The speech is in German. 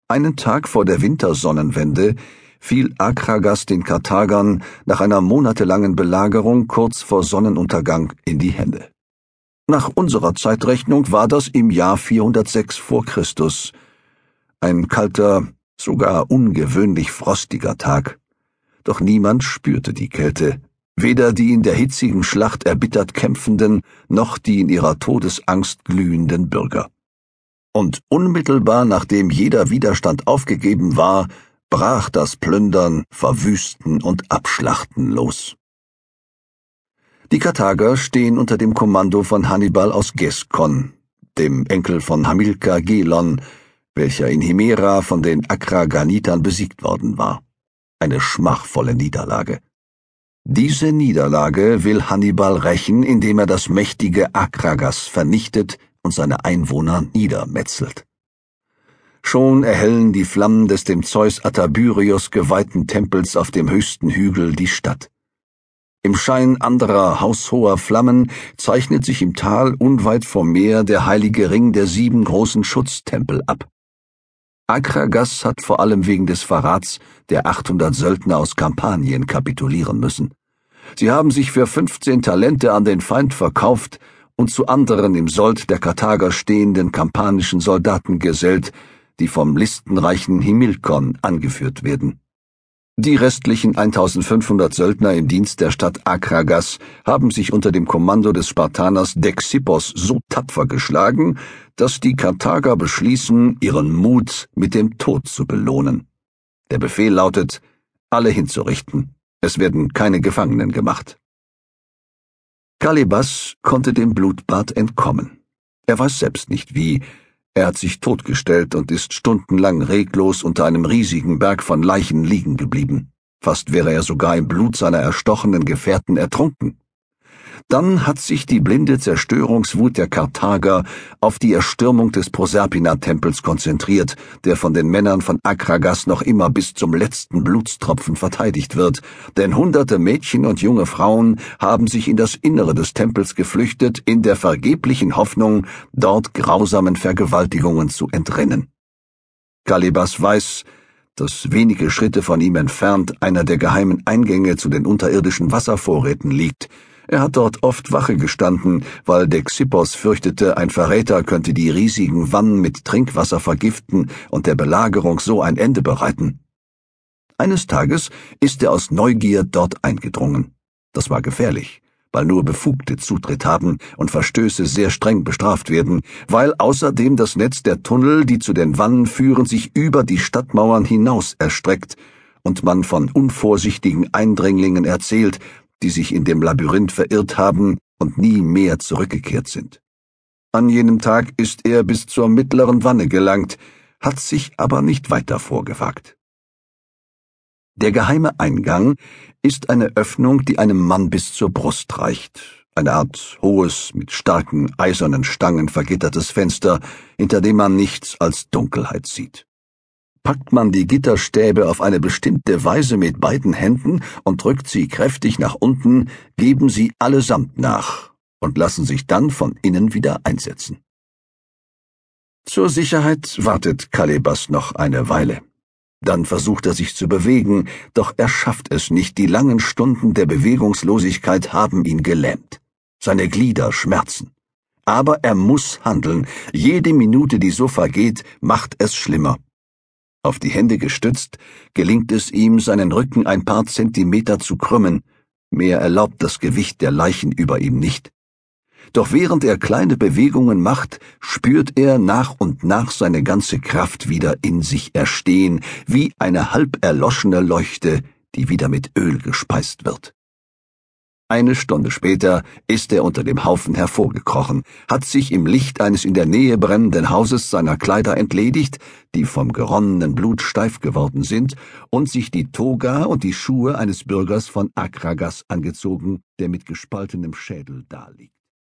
Einen Tag vor der Wintersonnenwende fiel Akragas den Karthagern nach einer monatelangen Belagerung kurz vor Sonnenuntergang in die Hände. Nach unserer Zeitrechnung war das im Jahr 406 vor Christus. Ein kalter, sogar ungewöhnlich frostiger Tag. Doch niemand spürte die Kälte, weder die in der hitzigen Schlacht erbittert kämpfenden, noch die in ihrer Todesangst glühenden Bürger. Und unmittelbar nachdem jeder Widerstand aufgegeben war, brach das Plündern, Verwüsten und Abschlachten los. Die Karthager stehen unter dem Kommando von Hannibal aus Gheskon, dem Enkel von Hamilkar Gelon, welcher in Himera von den Akraganitern besiegt worden war. Eine schmachvolle Niederlage. Diese Niederlage will Hannibal rächen, indem er das mächtige Akragas vernichtet und seine Einwohner niedermetzelt. Schon erhellen die Flammen des dem Zeus Atabyrios geweihten Tempels auf dem höchsten Hügel die Stadt. Im Schein anderer haushoher Flammen zeichnet sich im Tal unweit vom Meer der heilige Ring der 7 großen Schutztempel ab. Akragas hat vor allem wegen des Verrats der 800 Söldner aus Kampanien kapitulieren müssen. Sie haben sich für 15 Talente an den Feind verkauft und zu anderen im Sold der Karthager stehenden kampanischen Soldaten gesellt, die vom listenreichen Himilkon angeführt werden. Die restlichen 1500 Söldner im Dienst der Stadt Akragas haben sich unter dem Kommando des Spartaners Dexippos so tapfer geschlagen, dass die Karthager beschließen, ihren Mut mit dem Tod zu belohnen. Der Befehl lautet, alle hinzurichten. Es werden keine Gefangenen gemacht. Kalebas konnte dem Blutbad entkommen. Er weiß selbst nicht wie. Er hat sich totgestellt und ist stundenlang reglos unter einem riesigen Berg von Leichen liegen geblieben. Fast wäre er sogar im Blut seiner erstochenen Gefährten ertrunken. Dann hat sich die blinde Zerstörungswut der Karthager auf die Erstürmung des Proserpina-Tempels konzentriert, der von den Männern von Akragas noch immer bis zum letzten Blutstropfen verteidigt wird, denn hunderte Mädchen und junge Frauen haben sich in das Innere des Tempels geflüchtet, in der vergeblichen Hoffnung, dort grausamen Vergewaltigungen zu entrinnen. Kalebas weiß, dass wenige Schritte von ihm entfernt einer der geheimen Eingänge zu den unterirdischen Wasservorräten liegt. Er hat dort oft Wache gestanden, weil Dexippos fürchtete, ein Verräter könnte die riesigen Wannen mit Trinkwasser vergiften und der Belagerung so ein Ende bereiten. Eines Tages ist er aus Neugier dort eingedrungen. Das war gefährlich, weil nur Befugte Zutritt haben und Verstöße sehr streng bestraft werden, weil außerdem das Netz der Tunnel, die zu den Wannen führen, sich über die Stadtmauern hinaus erstreckt und man von unvorsichtigen Eindringlingen erzählt, die sich in dem Labyrinth verirrt haben und nie mehr zurückgekehrt sind. An jenem Tag ist er bis zur mittleren Wanne gelangt, hat sich aber nicht weiter vorgewagt. Der geheime Eingang ist eine Öffnung, die einem Mann bis zur Brust reicht, eine Art hohes, mit starken eisernen Stangen vergittertes Fenster, hinter dem man nichts als Dunkelheit sieht. Packt man die Gitterstäbe auf eine bestimmte Weise mit beiden Händen und drückt sie kräftig nach unten, geben sie allesamt nach und lassen sich dann von innen wieder einsetzen. Zur Sicherheit wartet Kalebas noch eine Weile. Dann versucht er sich zu bewegen, doch er schafft es nicht, die langen Stunden der Bewegungslosigkeit haben ihn gelähmt. Seine Glieder schmerzen. Aber er muss handeln, jede Minute, die so vergeht, macht es schlimmer. Auf die Hände gestützt, gelingt es ihm, seinen Rücken ein paar Zentimeter zu krümmen. Mehr erlaubt das Gewicht der Leichen über ihm nicht. Doch während er kleine Bewegungen macht, spürt er nach und nach seine ganze Kraft wieder in sich erstehen, wie eine halb erloschene Leuchte, die wieder mit Öl gespeist wird. Eine Stunde später ist er unter dem Haufen hervorgekrochen, hat sich im Licht eines in der Nähe brennenden Hauses seiner Kleider entledigt, die vom geronnenen Blut steif geworden sind, und sich die Toga und die Schuhe eines Bürgers von Akragas angezogen, der mit gespaltenem Schädel daliegt.